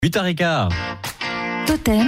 8h15. Totem,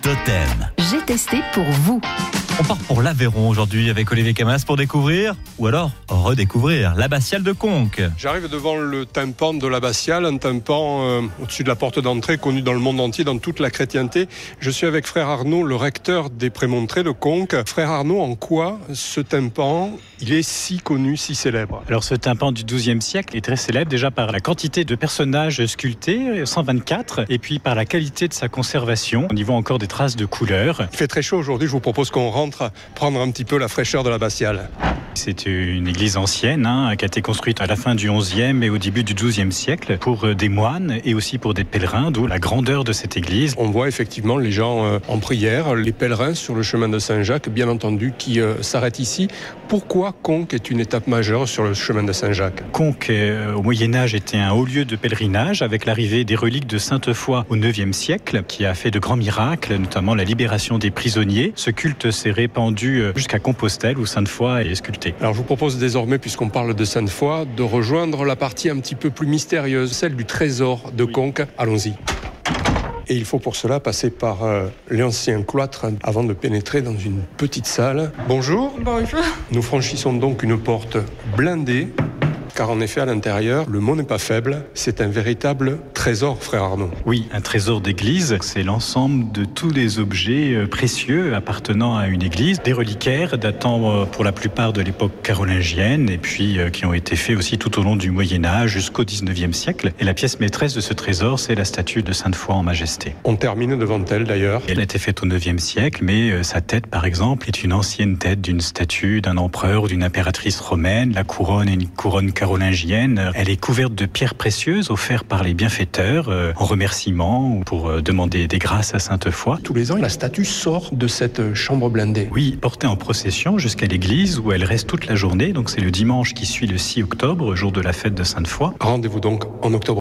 j'ai testé pour vous. On part pour l'Aveyron aujourd'hui avec Olivier Camas pour découvrir, ou alors redécouvrir, l'abbatiale de Conques. J'arrive devant le tympan de l'abbatiale, un tympan au-dessus de la porte d'entrée connu dans le monde entier, dans toute la chrétienté. Je suis avec frère Arnaud, le recteur des Prémontrés de Conques. Frère Arnaud, en quoi ce tympan, il est si connu, si célèbre? Alors ce tympan du XIIe siècle est très célèbre déjà par la quantité de personnages sculptés, 124, et puis par la qualité de sa conservation. On y voit encore des traces de couleurs. Il fait très chaud aujourd'hui, je vous propose qu'on rentre prendre un petit peu la fraîcheur de l'abbatiale. C'est une église ancienne qui a été construite à la fin du XIe et au début du XIIe siècle pour des moines et aussi pour des pèlerins, d'où la grandeur de cette église. On voit effectivement les gens en prière, les pèlerins sur le chemin de Saint-Jacques, bien entendu, qui s'arrêtent ici. Pourquoi Conques est une étape majeure sur le chemin de Saint-Jacques? Conques, au Moyen-Âge, était un haut lieu de pèlerinage avec l'arrivée des reliques de Sainte-Foy au IXe siècle, qui a fait de grands miracles, notamment la libération des prisonniers. Ce culte s'est répandu jusqu'à Compostelle où Sainte-Foy est sculptée. Alors je vous propose désormais, puisqu'on parle de Sainte-Foy, de rejoindre la partie un petit peu plus mystérieuse, celle du trésor de Conques. Allons-y. Et il faut pour cela passer par l'ancien cloître avant de pénétrer dans une petite salle. Bonjour. Bonjour. Nous franchissons donc une porte blindée, car en effet à l'intérieur, le mot n'est pas faible, c'est un véritable trésor, frère Arnaud. Oui, un trésor d'église, c'est l'ensemble de tous les objets précieux appartenant à une église, des reliquaires datant pour la plupart de l'époque carolingienne et puis qui ont été faits aussi tout au long du Moyen-Âge jusqu'au XIXe siècle. Et la pièce maîtresse de ce trésor, c'est la statue de Sainte-Foy en majesté. On termine devant elle d'ailleurs. Elle a été faite au IXe siècle, mais sa tête par exemple est une ancienne tête d'une statue d'un empereur ou d'une impératrice romaine. La couronne est une couronne carolingienne. Elle est couverte de pierres précieuses offertes par les bienfaiteurs en remerciement ou pour demander des grâces à Sainte-Foy. Tous les ans, la statue sort de cette chambre blindée. Oui, portée en procession jusqu'à l'église où elle reste toute la journée. Donc c'est le dimanche qui suit le 6 octobre, jour de la fête de Sainte-Foy. Rendez-vous donc en octobre.